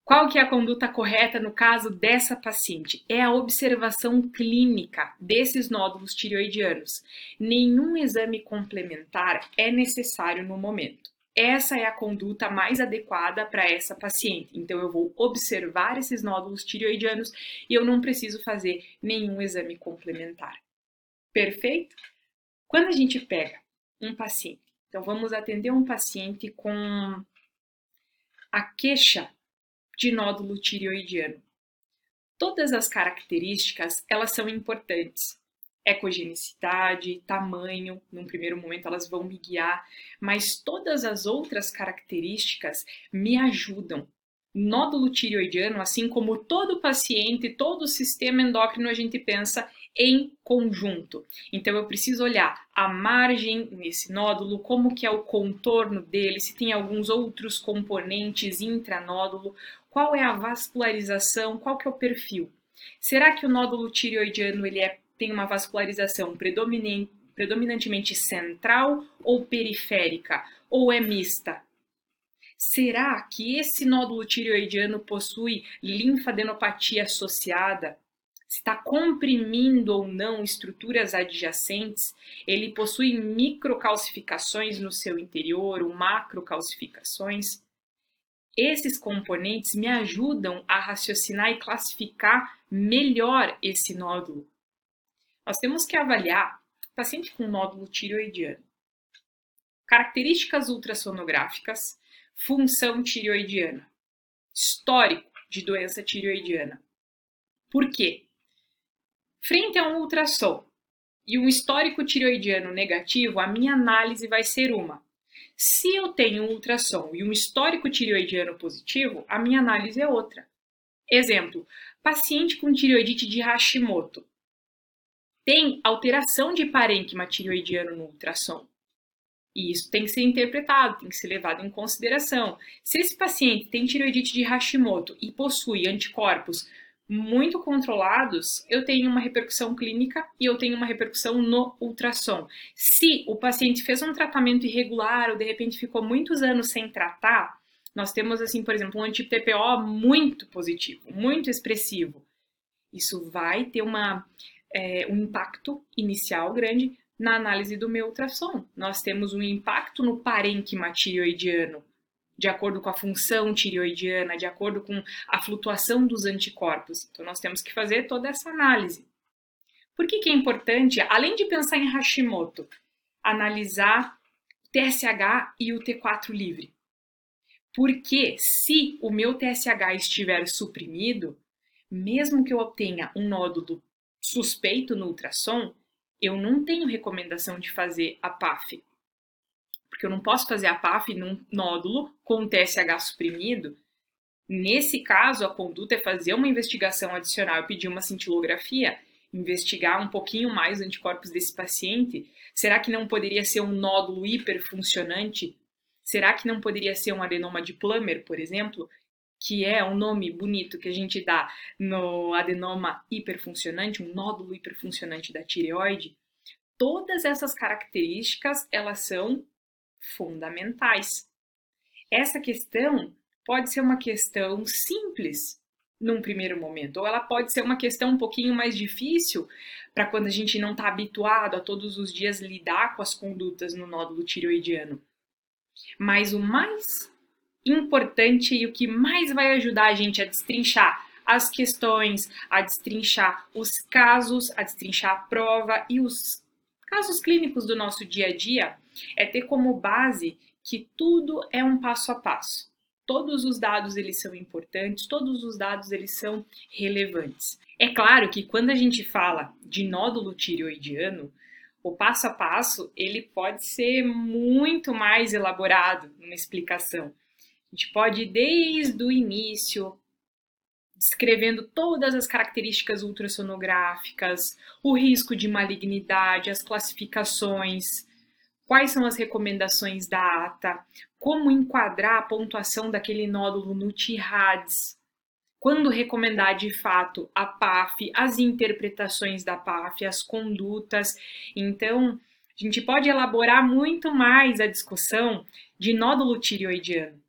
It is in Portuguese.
Qual que é a conduta correta no caso dessa paciente? É a observação clínica desses nódulos tireoidianos. Nenhum exame complementar é necessário no momento. Essa é a conduta mais adequada para essa paciente. Então, eu vou observar esses nódulos tireoidianos e eu não preciso fazer nenhum exame complementar. Perfeito? Quando a gente pega um paciente, então vamos atender um paciente com a queixa de nódulo tireoidiano. Todas as características, elas são importantes. Ecogenicidade, tamanho, num primeiro momento elas vão me guiar, mas todas as outras características me ajudam. Nódulo tireoidiano, assim como todo paciente, todo o sistema endócrino, a gente pensa em conjunto. Então eu preciso olhar a margem nesse nódulo, como que é o contorno dele, se tem alguns outros componentes intranódulo, qual é a vascularização, qual que é o perfil. Será que o nódulo tireoidiano tem uma vascularização predominantemente central ou periférica? Ou é mista? Será que esse nódulo tireoidiano possui linfadenopatia associada? Se está comprimindo ou não estruturas adjacentes? Ele possui microcalcificações no seu interior ou macrocalcificações? Esses componentes me ajudam a raciocinar e classificar melhor esse nódulo. Nós temos que avaliar o paciente com nódulo tireoidiano. Características ultrassonográficas, função tireoidiana, histórico de doença tireoidiana. Por quê? Frente a um ultrassom e um histórico tireoidiano negativo, a minha análise vai ser uma. Se eu tenho um ultrassom e um histórico tireoidiano positivo, a minha análise é outra. Exemplo, paciente com tireoidite de Hashimoto. Tem alteração de parênquima tireoidiano no ultrassom. E isso tem que ser interpretado, tem que ser levado em consideração. Se esse paciente tem tireoidite de Hashimoto e possui anticorpos muito controlados, eu tenho uma repercussão clínica e eu tenho uma repercussão no ultrassom. Se o paciente fez um tratamento irregular ou de repente ficou muitos anos sem tratar, nós temos, assim, por exemplo, um anti-TPO muito positivo, muito expressivo. Isso vai ter um impacto inicial grande na análise do meu ultrassom. Nós temos um impacto no parênquima tireoidiano, de acordo com a função tireoidiana, de acordo com a flutuação dos anticorpos. Então, nós temos que fazer toda essa análise. Por que é importante, além de pensar em Hashimoto, analisar o TSH e o T4 livre? Porque se o meu TSH estiver suprimido, mesmo que eu tenha um nódulo suspeito no ultrassom, eu não tenho recomendação de fazer a PAF. Porque eu não posso fazer a PAF num nódulo com TSH suprimido. Nesse caso, a conduta é fazer uma investigação adicional e pedir uma cintilografia, investigar um pouquinho mais os anticorpos desse paciente. Será que não poderia ser um nódulo hiperfuncionante? Será que não poderia ser um adenoma de Plummer, por exemplo? Que é um nome bonito que a gente dá no adenoma hiperfuncionante, um nódulo hiperfuncionante da tireoide. Todas essas características, elas são fundamentais. Essa questão pode ser uma questão simples num primeiro momento, ou ela pode ser uma questão um pouquinho mais difícil para quando a gente não está habituado a todos os dias lidar com as condutas no nódulo tireoidiano. Mas o mais importante e o que mais vai ajudar a gente a destrinchar as questões, a destrinchar os casos, a destrinchar a prova e os casos clínicos do nosso dia a dia é ter como base que tudo é um passo a passo. Todos os dados eles são importantes, todos os dados eles são relevantes. É claro que quando a gente fala de nódulo tireoidiano, o passo a passo ele pode ser muito mais elaborado numa explicação. A gente pode ir desde o início, descrevendo todas as características ultrassonográficas, o risco de malignidade, as classificações, quais são as recomendações da ATA, como enquadrar a pontuação daquele nódulo no TIRADS, quando recomendar de fato a PAF, as interpretações da PAF, as condutas. Então, a gente pode elaborar muito mais a discussão de nódulo tireoidiano.